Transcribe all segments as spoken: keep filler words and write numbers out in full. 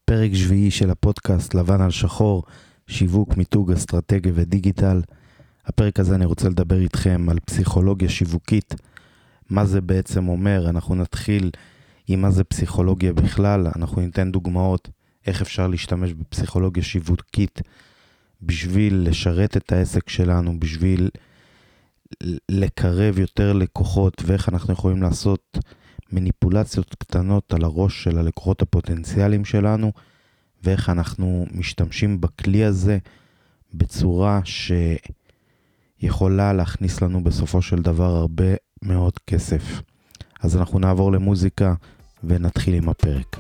פרק שביעי של הפודקאסט לבן על שחור, שיווק, מיתוג, אסטרטגיה ודיגיטל. הפרק הזה אני רוצה לדבר איתכם על פסיכולוגיה שיווקית. מה זה בעצם אומר? אנחנו נתחיל עם מה זה פסיכולוגיה בכלל. אנחנו ניתן דוגמאות איך אפשר להשתמש בפסיכולוגיה שיווקית בשביל לשרת את העסק שלנו, בשביל לקרב יותר לקוחות, ואיך אנחנו יכולים לעשות מניפולציות קטנות על הראש של הלקוחות הפוטנציאליים שלנו, ואיך אנחנו משתמשים בכלי הזה בצורה שיכולה להכניס לנו בסופו של דבר הרבה מאוד כסף. אז אנחנו נעבור למוזיקה ונתחיל עם הפרק.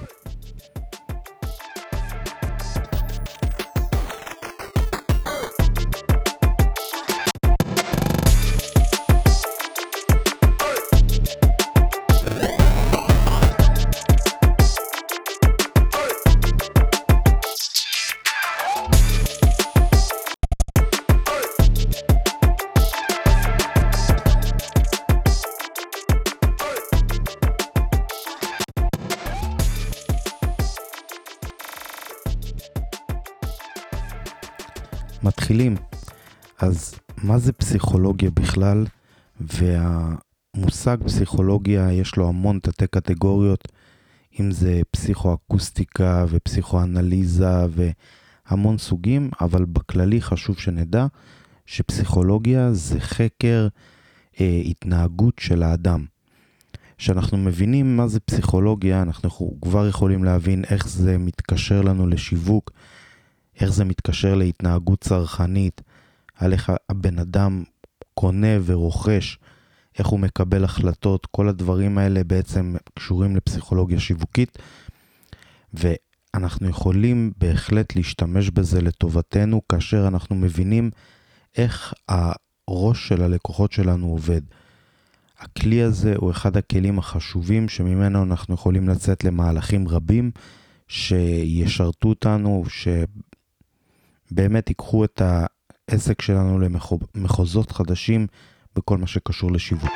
מתחילים. אז מה זה פסיכולוגיה בכלל? והמושג פסיכולוגיה יש לו המון תתי קטגוריות, אם זה פסיכואקוסטיקה ופסיכואנליזה והמון סוגים, אבל בכללי חשוב שנדע שפסיכולוגיה זה חקר אה, התנהגות של האדם. כשאנחנו מבינים מה זה פסיכולוגיה, אנחנו כבר יכולים להבין איך זה מתקשר לנו לשיווק, איך זה מתקשר להתנהגות צרכנית, על איך הבן אדם קונה ורוכש, איך הוא מקבל החלטות, כל הדברים האלה בעצם קשורים לפסיכולוגיה שיווקית, ואנחנו יכולים בהחלט להשתמש בזה לטובתנו, כאשר אנחנו מבינים איך הראש של הלקוחות שלנו עובד. הכלי הזה הוא אחד הכלים החשובים, שממנו אנחנו יכולים לצאת למהלכים רבים, שישרתו אותנו, ש... באמת ייקחו את העסק שלנו למחוזות חדשים בכל מה שקשור לשיווק.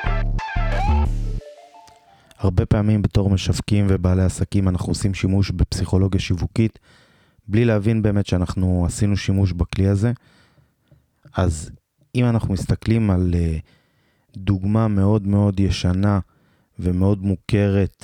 הרבה פעמים בתור משווקים ובעלי עסקים אנחנו עושים שימוש בפסיכולוגיה שיווקית, בלי להבין באמת שאנחנו עשינו שימוש בכלי הזה. אז אם אנחנו מסתכלים על דוגמה מאוד מאוד ישנה ומאוד מוכרת,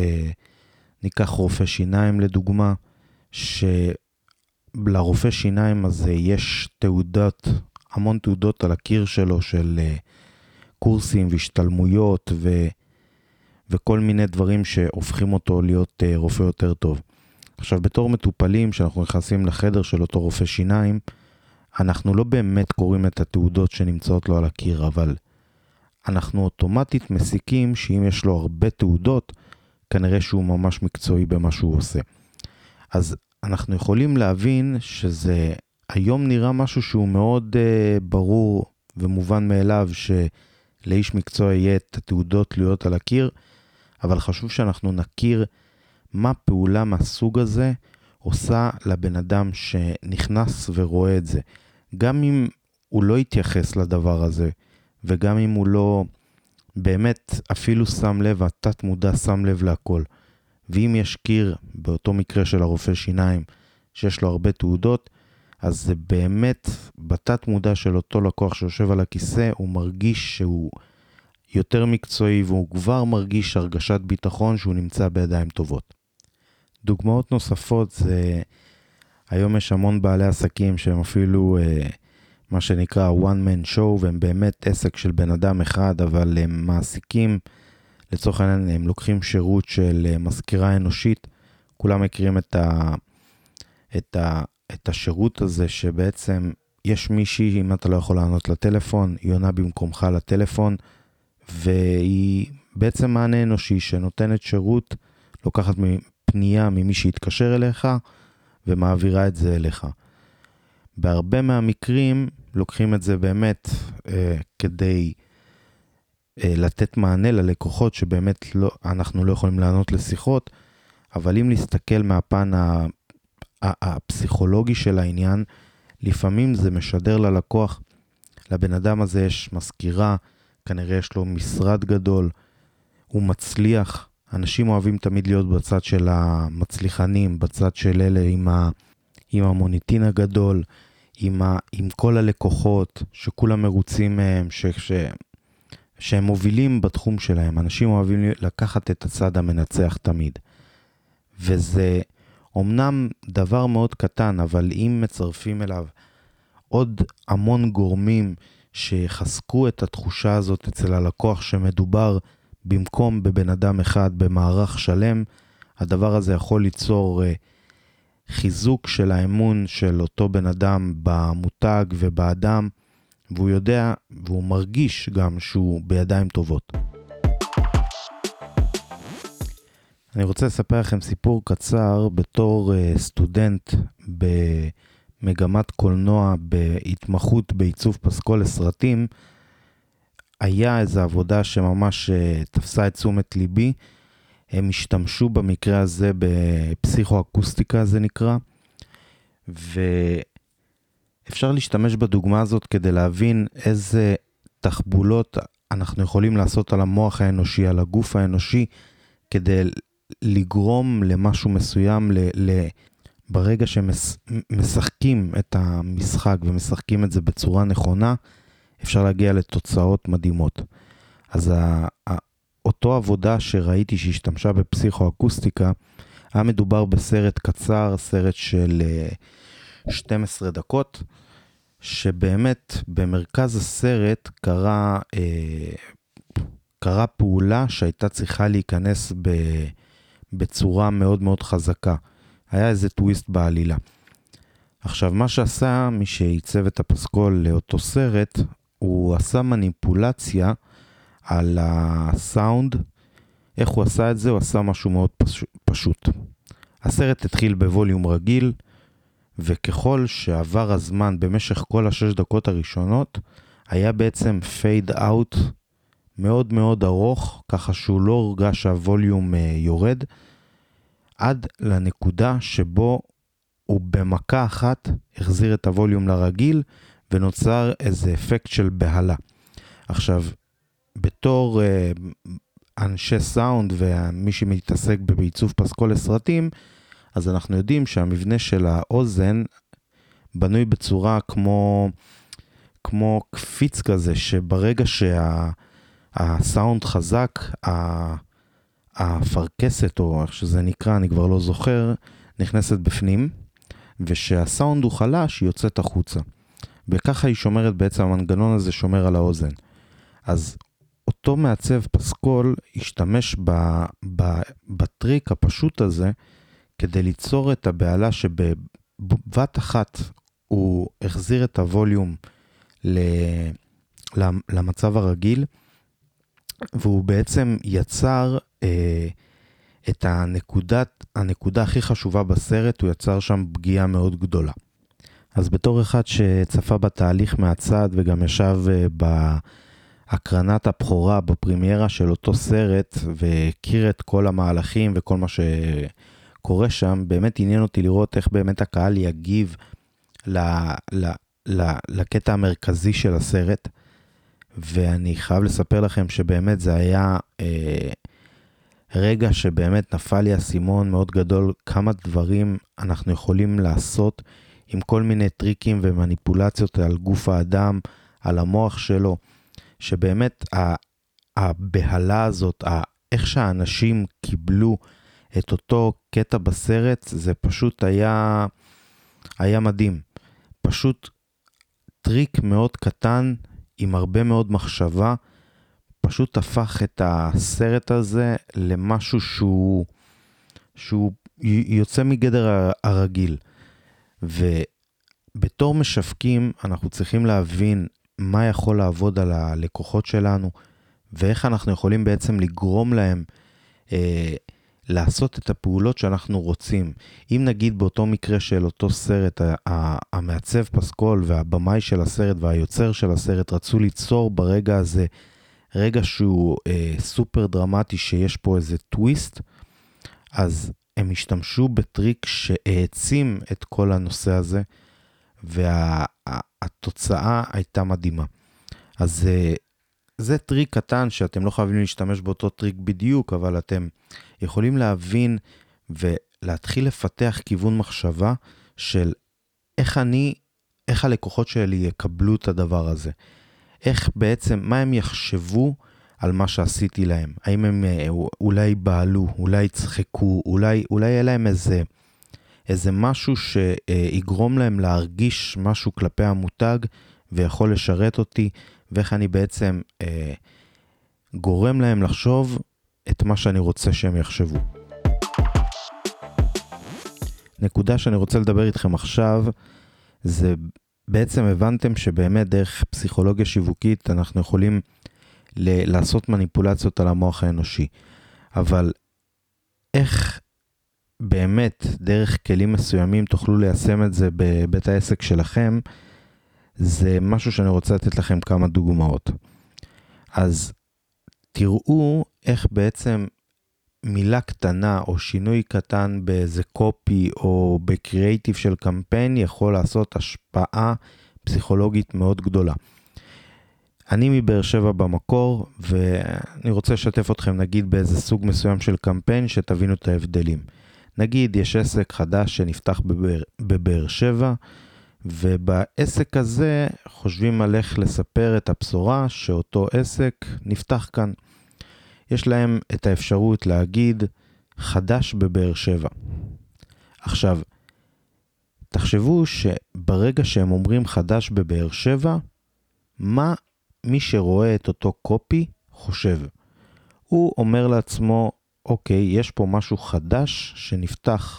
ניקח רופא שיניים לדוגמה, ש... לרופא שיניים הזה יש תעודות, המון תעודות על הקיר שלו של קורסים והשתלמויות ו, וכל מיני דברים שהופכים אותו להיות רופא יותר טוב. עכשיו, בתור מטופלים שאנחנו נכנסים לחדר של אותו רופא שיניים, אנחנו לא באמת קוראים את התעודות שנמצאות לו על הקיר, אבל אנחנו אוטומטית מסיקים שאם יש לו הרבה תעודות, כנראה שהוא ממש מקצועי במה שהוא עושה. אז אנחנו יכולים להבין שזה היום נראה משהו שהוא מאוד uh, ברור ומובן מאליו, שלאיש מקצוע יהיה את התעודות להיות על הקיר, אבל חשוב שאנחנו נכיר מה פעולה מהסוג הזה עושה לבן אדם שנכנס ורואה את זה. גם אם הוא לא יתייחס לדבר הזה, וגם אם הוא לא באמת אפילו שם לב, התת מודע שם לב להכל. ואם יש קיר, באותו מקרה של הרופא שיניים, שיש לו הרבה תעודות, אז זה באמת בתת מודע של אותו לקוח שיושב על הכיסא, הוא מרגיש שהוא יותר מקצועי, והוא כבר מרגיש הרגשת ביטחון שהוא נמצא בידיים טובות. דוגמאות נוספות זה, היום יש המון בעלי עסקים שהם אפילו אה, מה שנקרא one man show, והם באמת עסק של בן אדם אחד, אבל הם מעסיקים, לצורך העניין הם לוקחים שירות של מזכירה אנושית, כולם מכירים את, ה, את, ה, את השירות הזה שבעצם יש מישהי, אם אתה לא יכול לענות לטלפון, היא עונה במקומך לטלפון, והיא בעצם מענה אנושי שנותנת שירות, לוקחת פנייה ממי שהתקשר אליך, ומעבירה את זה אליך. בהרבה מהמקרים לוקחים את זה באמת אה, כדי לתת מענה ללקוחות שבאמת לא, אנחנו לא יכולים לענות לשיחות, אבל אם להסתכל מהפן הפסיכולוגי של העניין, לפעמים זה משדר ללקוח, לבן אדם הזה יש מזכירה, כנראה יש לו משרד גדול, הוא מצליח, אנשים אוהבים תמיד להיות בצד של המצליחנים, בצד של אלה עם, ה, עם המוניטין הגדול, עם, ה, עם כל הלקוחות, שכולם מרוצים מהם, ש, ש, שהם מובילים בתחום שלהם. אנשים אוהבים לקחת את הצד המנצח תמיד. וזה אומנם דבר מאוד קטן, אבל אם מצרפים אליו עוד המון גורמים שיחזקו את התחושה הזאת אצל הלקוח שמדובר במקום בבן אדם אחד במערך שלם, הדבר הזה יכול ליצור uh, חיזוק של האמון של אותו בן אדם במותג ובאדם, והוא יודע והוא מרגיש גם שהוא בידיים טובות. אני רוצה לספר לכם סיפור קצר בתור uh, סטודנט במגמת קולנוע בהתמחות בעיצוב פסקול לסרטים. היה איזו עבודה שממש uh, תפסה את תשומת ליבי. הם השתמשו במקרה הזה בפסיכואקוסטיקה, זה נקרא, ואפשר להשתמש בדוגמה הזאת כדי להבין איזה תחבולות אנחנו יכולים לעשות על המוח האנושי, על הגוף האנושי, כדי לגרום למשהו מסוים, ל, ל, ברגע שמשחקים את המשחק ומשחקים את זה בצורה נכונה, אפשר להגיע לתוצאות מדהימות. אז ה, ה, אותו עבודה שראיתי שהשתמשה בפסיכואקוסטיקה, היה מדובר בסרט קצר, סרט של שתים עשרה דקות, שבאמת במרכז הסרט קרה, אה, קרה פעולה שהייתה צריכה להיכנס ב, בצורה מאוד מאוד חזקה. היה איזה טוויסט בעלילה. עכשיו, מה שעשה מי שעיצב את הפסקול לאותו סרט, הוא עשה מניפולציה על הסאונד. איך הוא עשה את זה? הוא עשה משהו מאוד פשוט. הסרט התחיל בווליום רגיל, וככל שעבר הזמן במשך כל השש דקות הראשונות, היה בעצם פייד אאוט מאוד מאוד ארוך, ככה שהוא לא הרגש שהווליום יורד, עד לנקודה שבו הוא במכה אחת החזיר את הווליום לרגיל, ונוצר איזה אפקט של בהלה. עכשיו, בתור uh, אנשי סאונד ומי שמתעסק בעיצוב פסקול לסרטים, אז אנחנו יודעים שהמבנה של האוזן בנוי בצורה כמו, כמו קפיץ כזה, שברגע שהסאונד חזק, הפרקסת או איך שזה נקרא, אני כבר לא זוכר, נכנסת בפנים, ושהסאונד הוא חלש, היא יוצאת החוצה. וככה היא שומרת, בעצם המנגנון הזה שומר על האוזן. אז אותו מעצב פסקול השתמש ב, ב, בטריק הפשוט הזה, כדי ליצור את הבעלה שבבת אחת הוא החזיר את הווליום ל, למצב הרגיל, והוא בעצם יצר אה, את הנקודת, הנקודה הכי חשובה בסרט, הוא יצר שם פגיעה מאוד גדולה. אז בתור אחד שצפה בתהליך מהצד וגם ישב בהקרנת הבכורה, בפרימיירה של אותו סרט, והכיר את כל המהלכים וכל מה שקורה שם, באמת עניין אותי לראות איך באמת הקהל יגיב ל, ל, ל, לקטע המרכזי של הסרט, ואני חייב לספר לכם שבאמת זה היה אה, רגע שבאמת נפל לי הסימון מאוד גדול, כמה דברים אנחנו יכולים לעשות עם כל מיני טריקים ומניפולציות על גוף האדם, על המוח שלו, שבאמת הבהלה הזאת, איך שהאנשים קיבלו את אותו קטע בסרט, זה פשוט היה, היה מדהים. פשוט טריק מאוד קטן, עם הרבה מאוד מחשבה, פשוט הפך את הסרט הזה למשהו שהוא, שהוא יוצא מגדר הרגיל. ובתור משווקים אנחנו צריכים להבין מה יכול לעבוד על הלקוחות שלנו, ואיך אנחנו יכולים בעצם לגרום להם אה, לעשות את הפעולות שאנחנו רוצים. אם נגיד באותו מקרה של אותו סרט, המעצב פסקול והבמאי של הסרט והיוצר של הסרט רצו ליצור ברגע הזה, רגע שהוא אה, סופר דרמטי, שיש פה איזה טוויסט, אז הם השתמשו בטריק שהעצים את כל הנושא הזה, והתוצאה הייתה מדהימה. אז זה טריק קטן שאתם לא חייבים להשתמש באותו טריק בדיוק, אבל אתם יכולים להבין ולהתחיל לפתח כיוון מחשבה של איך אני, איך הלקוחות שלי יקבלו את הדבר הזה. איך בעצם, מה הם יחשבו על מה שעשיתי להם. האם הם אולי בעלו, אולי צחקו, אולי, אולי יהיה להם איזה, איזה משהו שיגרום להם להרגיש משהו כלפי המותג ויכול לשרת אותי, ואיך אני בעצם אה, גורם להם לחשוב את מה שאני רוצה שהם יחשבו. נקודה שאני רוצה לדבר איתכם עכשיו, זה בעצם הבנתם שבאמת דרך פסיכולוגיה שיווקית אנחנו יכולים ל- לעשות מניפולציות על המוח האנושי. אבל איך באמת דרך כלים מסוימים תוכלו ליישם את זה בבית העסק שלכם, זה משהו שאני רוצה לתת לכם כמה דוגמאות. אז תראו איך בעצם מילה קטנה או שינוי קטן באיזה קופי או בקריאייטיב של קמפיין יכול לעשות השפעה פסיכולוגית מאוד גדולה. אני מבאר שבע במקור, ואני רוצה לשתף אתכם נגיד באיזה סוג מסוים של קמפיין שתבינו את ההבדלים. נגיד יש עסק חדש שנפתח בבאר, בבאר שבע, ובעסק הזה חושבים על איך לספר את הבשורה שאותו עסק נפתח כאן. יש להם את האפשרות להגיד חדש בבאר שבע. עכשיו, תחשבו שברגע שהם אומרים חדש בבאר שבע, מה מי שרואה את אותו קופי חושב? הוא אומר לעצמו, אוקיי, יש פה משהו חדש שנפתח.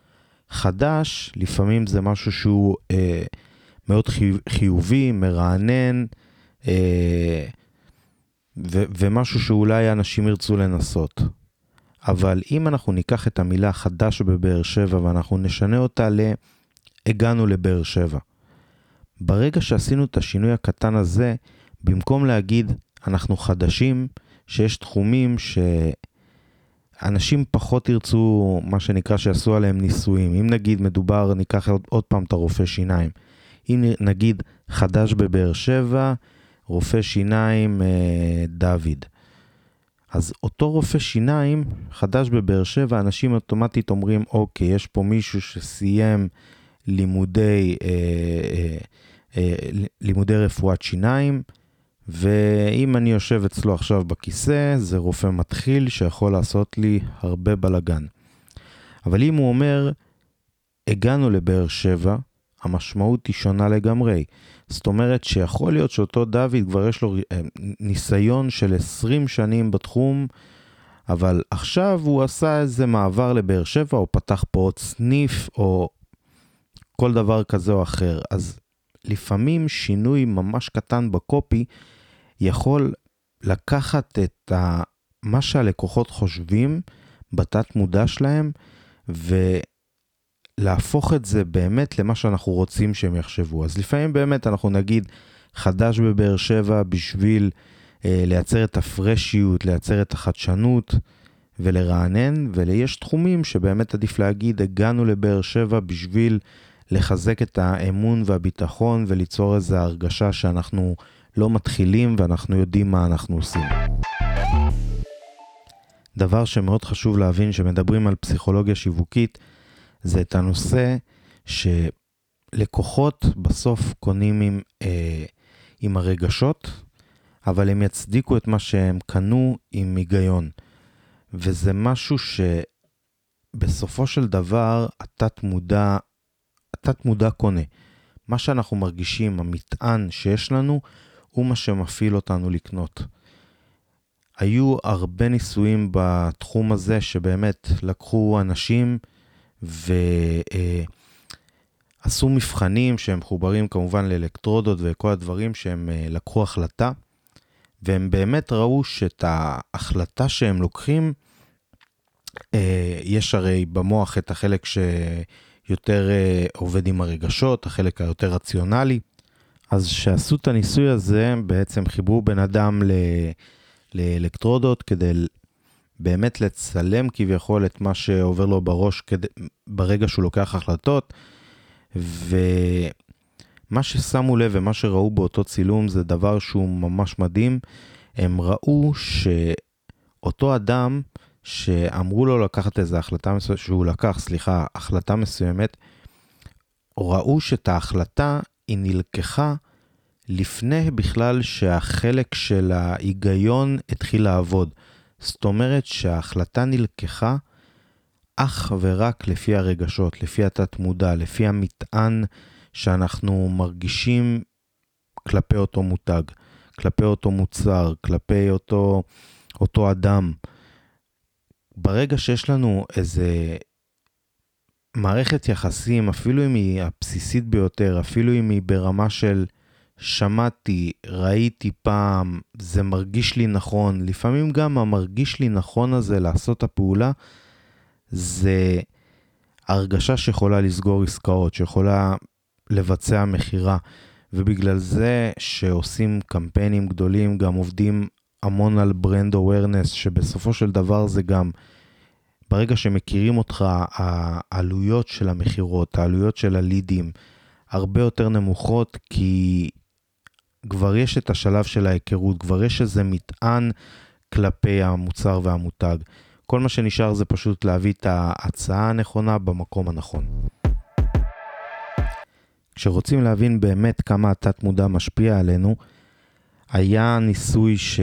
חדש, לפעמים זה משהו שהוא אה, מאוד חיובי, מרענן, אה, ו- ומשהו שאולי אנשים ירצו לנסות. אבל אם אנחנו ניקח את המילה חדש בבאר שבע ואנחנו נשנה אותה להגענו לבאר שבע. ברגע שעשינו את השינוי הקטן הזה, במקום להגיד אנחנו חדשים, שיש תחומים שאנשים פחות ירצו, מה שנקרא שעשו עליהם ניסויים. אם נגיד מדובר, ניקח עוד, עוד פעם את הרופא שיניים. אם נגיד חדש בבאר שבע, רופא שיניים אה, דוד. אז אותו רופא שיניים, חדש בבאר שבע, אנשים אוטומטית אומרים, אוקיי, יש פה מישהו שסיים לימודי, אה, אה, אה, לימודי רפואת שיניים, ואם אני יושב אצלו עכשיו בכיסא, זה רופא מתחיל שיכול לעשות לי הרבה בלגן. אבל אם הוא אומר, הגענו לבאר שבע, המשמעות היא שונה לגמרי. זאת אומרת שיכול להיות שאותו דוד כבר יש לו ניסיון של עשרים שנים בתחום, אבל עכשיו הוא עשה איזה מעבר לבאר שבע, או פתח פה עוד סניף, או כל דבר כזה או אחר. אז לפעמים שינוי ממש קטן בקופי, יכול לקחת את ה... מה שהלקוחות חושבים בתת מודע שלהם, ולהפוך את זה באמת למה שאנחנו רוצים שהם יחשבו. אז לפעמים באמת אנחנו נגיד חדש בבאר שבע בשביל אה, לייצר את הפרשיות, לייצר את החדשנות ולרענן, ויש תחומים שבאמת עדיף להגיד הגענו לבאר שבע בשביל לחזק את האמון והביטחון וליצור איזו הרגשה שאנחנו לא מתחילים ואנחנו יודעים מה אנחנו עושים. דבר שמאוד חשוב להבין שמדברים על פסיכולוגיה שיווקית, זה את הנושא שלקוחות בסוף קונים עם, אה, עם הרגשות, אבל הם יצדיקו את מה שהם קנו עם היגיון. וזה משהו שבסופו של דבר התת מודע, התת מודע קונה. מה שאנחנו מרגישים, המטען שיש לנו, הוא מה שמפעיל אותנו לקנות. היו הרבה ניסויים בתחום הזה שבאמת לקחו אנשים ועשו מבחנים שהם מחוברים כמובן לאלקטרודות וכל הדברים שהם לקחו החלטה, והם באמת ראו שאת ההחלטה שהם לוקחים, יש הרי במוח את החלק שיותר עובד עם הרגשות, החלק היותר רציונלי. אז שעשו את הניסוי הזה, בעצם חיברו בן אדם ל... לאלקטרודות כדי באמת לצלם כביכול את מה שעובר לו בראש כדי... ברגע שהוא לוקח החלטות, ומה ששמו לב ומה שראו באותו צילום זה דבר שהוא ממש מדהים. הם ראו שאותו אדם שאמרו לו לקחת איזו החלטה מסוימת, שהוא לקח, סליחה, החלטה מסוימת, ראו שאת ההחלטה היא נלקחה לפני בכלל שהחלק של ההיגיון התחיל לעבוד. זאת אומרת שההחלטה נלקחה אך ורק לפי הרגשות, לפי התת מודע, לפי המטען שאנחנו מרגישים כלפי אותו מותג, כלפי אותו מוצר, כלפי אותו, אותו אדם. ברגע שיש לנו איזה מערכת יחסים, אפילו אם היא הבסיסית ביותר, אפילו אם היא ברמה של שמעתי, ראיתי פעם, זה מרגיש לי נכון, לפעמים גם המרגיש לי נכון הזה לעשות את הפעולה, זה הרגשה שיכולה לסגור עסקאות, שיכולה לבצע מחירה, ובגלל זה שעושים קמפיינים גדולים, גם עובדים המון על ברנד אווירנס, שבסופו של דבר זה גם, ברגע שמכירים אותך, העלויות של המחירות, העלויות של הלידים, הרבה יותר נמוכות, כי כבר יש את השלב של ההיכרות, כבר יש איזה מטען כלפי המוצר והמותג. כל מה שנשאר זה פשוט להביא את ההצעה הנכונה במקום הנכון. כשרוצים להבין באמת כמה התת מודע משפיע עלינו, היה ניסוי ש...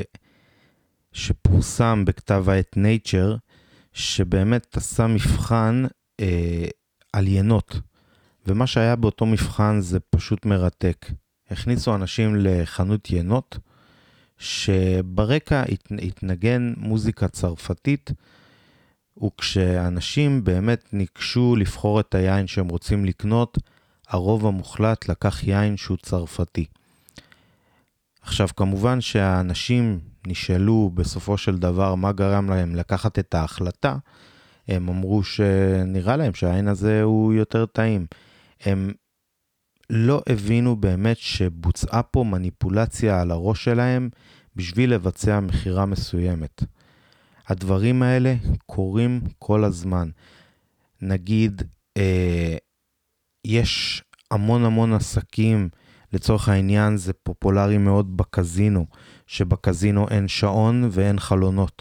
שפורסם בכתב העת Nature, שבאמת עשה מבחן אה, על ינות. ומה שהיה באותו מבחן זה פשוט מרתק. הכניסו אנשים לחנות ינות, שברקע הת... התנגן מוזיקה צרפתית, וכשאנשים באמת ניגשו לבחור את היין שהם רוצים לקנות, הרוב המוחלט לקח יין שהוא צרפתי. עכשיו כמובן שהאנשים נשאלו בסופו של דבר מה גרם להם לקחת את ההחלטה, הם אמרו שנראה להם שהיין הזה הוא יותר טעים. הם לא הבינו באמת שבוצעה פה מניפולציה על הראש שלהם בשביל לבצע מחירה מסוימת. הדברים האלה קורים כל הזמן. נגיד, אה, יש המון המון עסקים, לצורך העניין זה פופולרי מאוד בקזינו, שבקזינו אין שעון ואין חלונות.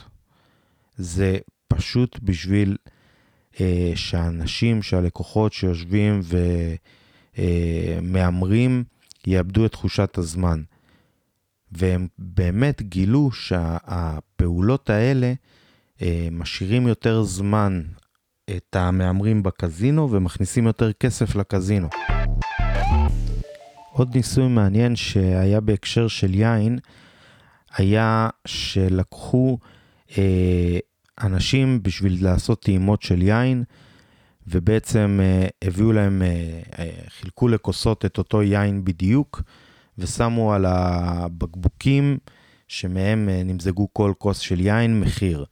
זה פשוט בשביל אה, שהאנשים, שהלקוחות שיושבים ומאמרים, יאבדו את תחושת הזמן. והם באמת גילו שהפעולות האלה אה, משאירים יותר זמן את המאמרים בקזינו ומכניסים יותר כסף לקזינו. עוד ניסוי מעניין שהיה בהקשר של יין, היה שלקחו אה, אנשים בשביל לעשות טעימות של יין, ובעצם אה, הביאו להם, אה, אה, חילקו לכוסות את אותו יין בדיוק, ושמו על הבקבוקים שמהם אה, נמזגו כל כוס של יין מחיר.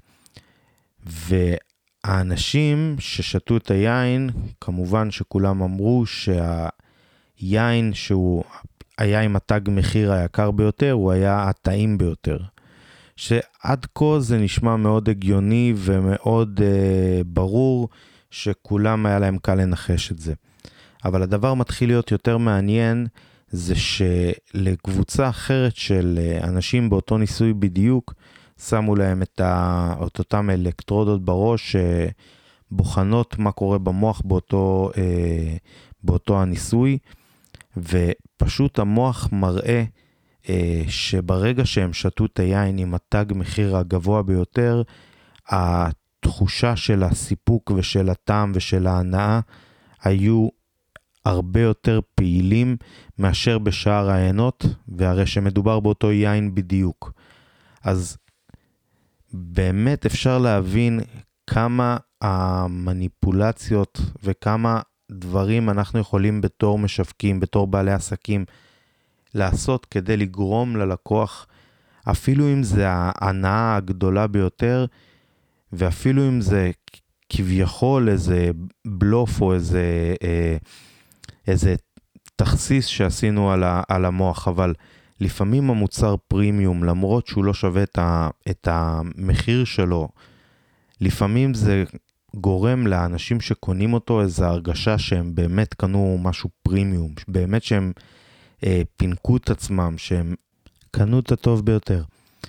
והאנשים ששתו את היין, כמובן שכולם אמרו שהיין שהוא היה עם התג מחיר היקר ביותר, הוא היה הטעים ביותר. שעד כה זה נשמע מאוד הגיוני ומאוד אה, ברור שכולם היה להם קל לנחש את זה. אבל הדבר מתחיל להיות יותר מעניין, זה שלקבוצה אחרת של אנשים באותו ניסוי בדיוק, שמו להם את, ה... את אותם אלקטרודות בראש, שבוחנות מה קורה במוח באותו, אה, באותו הניסוי, ופשוט המוח מראה אה, שברגע שהם שתו את היין עם התג מחיר הגבוה ביותר, התחושה של הסיפוק ושל הטעם ושל ההנאה היו הרבה יותר פעילים מאשר בשאר העיינות, והרי שמדובר באותו יין בדיוק. אז באמת אפשר להבין כמה המניפולציות וכמה דברים אנחנו יכולים בתור משווקים, בתור בעלי עסקים, לעשות כדי לגרום ללקוח, אפילו אם זה ההנאה הגדולה ביותר, ואפילו אם זה כביכול איזה בלוף או איזה, אה, איזה תכסיס שעשינו על, ה, על המוח, אבל לפעמים המוצר פרימיום, למרות שהוא לא שווה את, ה, את המחיר שלו, לפעמים זה גורם לאנשים שקונים אותו איזו הרגשה שהם באמת קנו משהו פרימיום, באמת שהם אה, פינקו את עצמם, שהם קנו את הטוב ביותר.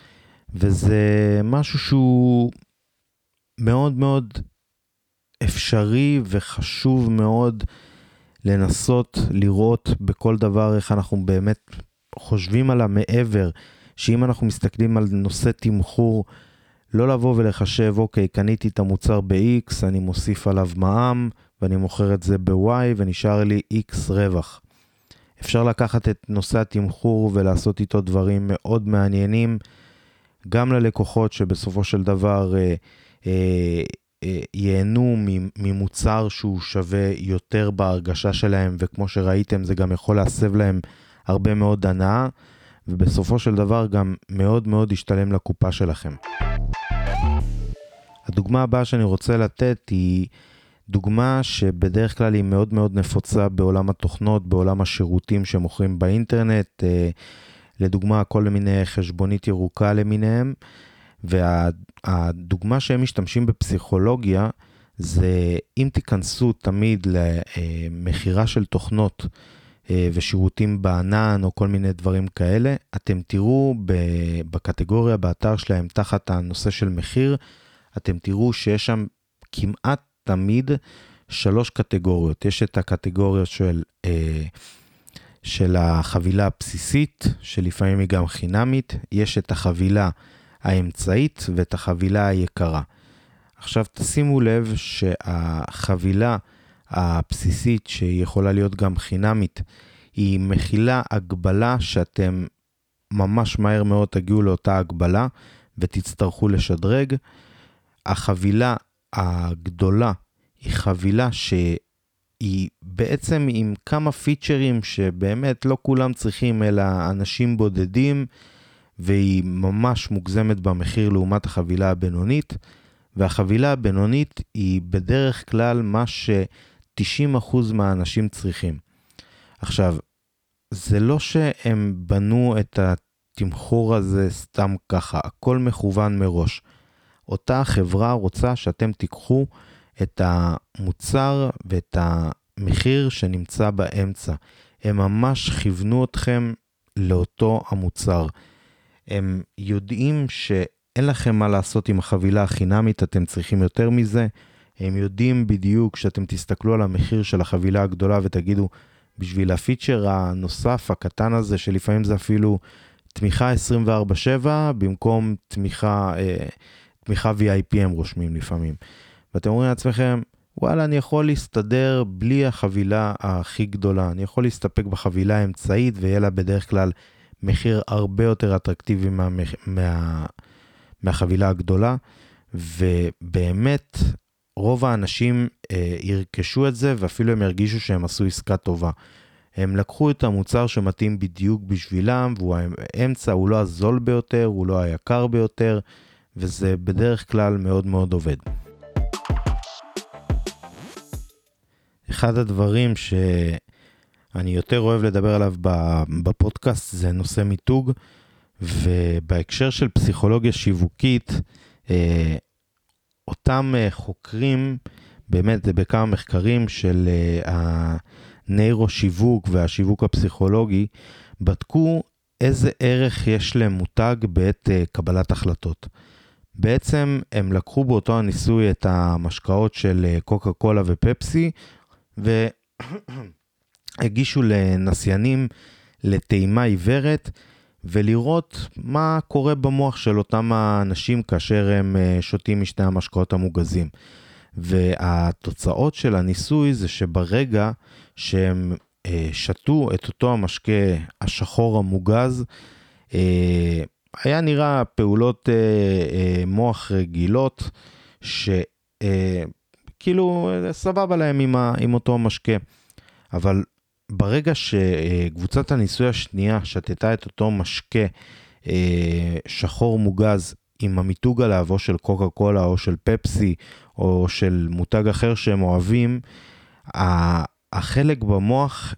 וזה משהו שהוא מאוד מאוד אפשרי וחשוב מאוד לנסות לראות בכל דבר איך אנחנו באמת חושבים על המעבר, שאם אנחנו מסתכלים על נושא תמחור, לא לבוא ולחשב, אוקיי, קניתי את המוצר ב-X, אני מוסיף עליו מע"מ, ואני מוכר את זה ב-Y, ונשאר לי X רווח. אפשר לקחת את נושא התמחור ולעשות איתו דברים מאוד מעניינים, גם ללקוחות שבסופו של דבר אה, אה, אה, ייהנו ממוצר שהוא שווה יותר בהרגשה שלהם, וכמו שראיתם זה גם יכול להסב להם הרבה מאוד הנאה, ובסופו של דבר גם מאוד מאוד ישתלם לקופה שלכם. הדוגמה הבאה שאני רוצה לתת היא דוגמה שבדרך כלל היא מאוד מאוד נפוצה בעולם התוכנות, בעולם השירותים שמוכרים באינטרנט, לדוגמה כל מיני חשבונית ירוקה למיניהם, והדוגמה שהם משתמשים בפסיכולוגיה זה אם תיכנסו תמיד למחירה של תוכנות ושירותים בענן או כל מיני דברים כאלה, אתם תראו בקטגוריה באתר שלהם תחת הנושא של מחיר, אתם תראו שיש שם כמעט תמיד שלוש קטגוריות. יש את הקטגוריה של, של החבילה הבסיסית, שלפעמים היא גם חינמית, יש את החבילה האמצעית ואת החבילה היקרה. עכשיו תשימו לב שהחבילה הבסיסית שהיא יכולה להיות גם חינמית, היא מכילה הגבלה שאתם ממש מהר מאוד תגיעו לאותה הגבלה ותצטרכו לשדרג. החבילה הגדולה היא חבילה שהיא בעצם עם כמה פיצ'רים שבאמת לא כולם צריכים אלא אנשים בודדים, והיא ממש מוגזמת במחיר לעומת החבילה הבינונית, והחבילה הבינונית היא בדרך כלל מה ש-תשעים אחוז מהאנשים צריכים. עכשיו, זה לא שהם בנו את התמחור הזה סתם ככה, הכל מכוון מראש. אותה חברה רוצה שאתם תיקחו את המוצר ואת המחיר שנמצא באמצע. הם ממש כיוונו אתכם לאותו המוצר. הם יודעים שאין לכם מה לעשות עם החבילה החינמית, אתם צריכים יותר מזה. הם יודעים בדיוק שאתם תסתכלו על המחיר של החבילה הגדולה ותגידו, בשביל הפיצ'ר הנוסף הקטן הזה, שלפעמים זה אפילו תמיכה עשרים וארבע שבע, במקום תמיכה, אה, תמיכה וי איי פי הם רושמים לפעמים. ואתם אומרים לעצמכם, וואלה, אני יכול להסתדר בלי החבילה הכי גדולה. אני יכול להסתפק בחבילה האמצעית, ויהיה לה בדרך כלל מחיר הרבה יותר אטרקטיבי מה, מה, מהחבילה הגדולה. ובאמת, רוב האנשים אה, ירכשו את זה, ואפילו הם ירגישו שהם עשו עסקה טובה. הם לקחו את המוצר שמתאים בדיוק בשבילם, והוא האמצע, הוא לא הזול ביותר, הוא לא היקר ביותר, וזה בדרך כלל מאוד מאוד עובד. אחד הדברים שאני יותר אוהב לדבר עליו בפודקאסט זה נושא מיתוג, ובהקשר של פסיכולוגיה שיווקית, אותם חוקרים, באמת בכמה מחקרים של הנוירו-שיווק והשיווק הפסיכולוגי, בדקו איזה ערך יש למותג בעת קבלת החלטות. בעצם הם לקחו באותו הניסוי את המשקאות של קוקה קולה ופפסי, והגישו לנסיינים לטעימה עיוורת, ולראות מה קורה במוח של אותם האנשים כאשר הם שותים משני המשקאות המוגזים. והתוצאות של הניסוי זה שברגע שהם שתו את אותו המשקה השחור המוגז, היה נראה פעולות מוח רגילות, שכאילו סבבה להם עם, עם אותו המשקה. אבל ברגע שקבוצת הניסוי השנייה שתתה את אותו משקה שחור מוגז עם המיתוג עליו, או של קוקה קולה או של פפסי או של מותג אחר שהם אוהבים, החלק במוח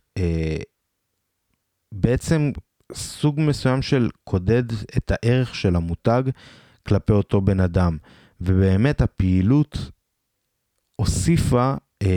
בעצם סוג מסוים של קודד את הערך של המותג כלפי אותו בן אדם. ובאמת הפעילות הוסיפה,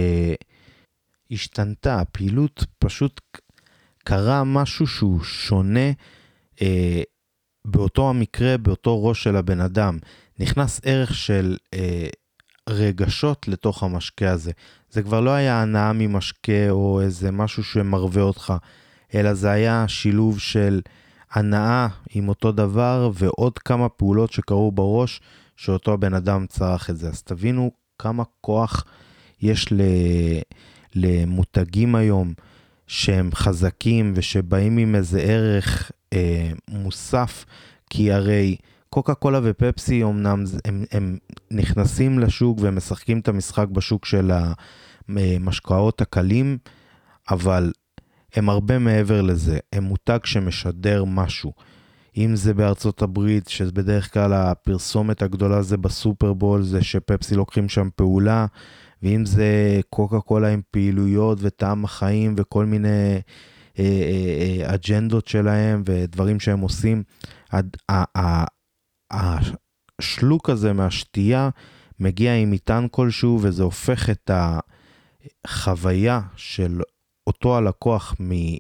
השתנתה, הפעילות פשוט קרה משהו שהוא שונה, באותו המקרה, באותו ראש של הבן אדם, נכנס ערך של אה, רגשות לתוך המשקה הזה. זה כבר לא היה הנאה ממשקה או איזה משהו שמרווה אותך, אלא זה היה שילוב של הנאה עם אותו דבר ועוד כמה פעולות שקרו בראש שאותו הבן אדם צרך את זה. אז תבינו כמה כוח יש למותגים היום שהם חזקים ושבאים עם איזה ערך אה, מוסף, כי הרי קוקה קולה ופפסי אומנם הם, הם נכנסים לשוק והם משחקים את המשחק בשוק של המשקאות הקלים, אבל הם הרבה מעבר לזה, הם מותג שמשדר משהו. אם זה בארצות הברית, שבדרך כלל הפרסומת הגדולה זה בסופרבול, זה שפפסי לוקחים שם פעולה, ואם זה קוקה קולה עם פעילויות וטעם החיים וכל מיני אה, אה, אה, אג'נדות שלהם ודברים שהם עושים, הד, ה, ה, השלוק הזה מהשתייה מגיע עם מטען כלשהו, וזה הופך את החוויה של אותו הלקוח מ...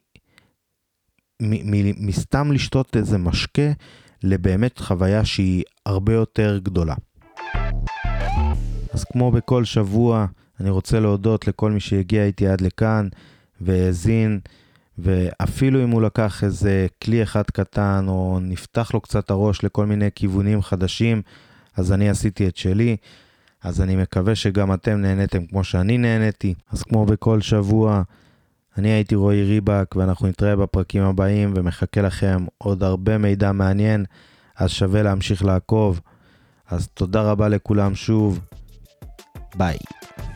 מסתם לשתות איזה משקה, לבאמת חוויה שהיא הרבה יותר גדולה. אז כמו בכל שבוע, אני רוצה להודות לכל מי שהגיע איתי עד לכאן, והזין, ואפילו אם הוא לקח איזה כלי אחד קטן, או נפתח לו קצת הראש לכל מיני כיוונים חדשים, אז אני עשיתי את שלי, אז אני מקווה שגם אתם נהניתם כמו שאני נהניתי. אז כמו בכל שבוע, אני הייתי רועי ריבק, ואנחנו נתראה בפרקים הבאים, ומחכה לכם עוד הרבה מידע מעניין, אז שווה להמשיך לעקוב. אז תודה רבה לכולם שוב, ביי.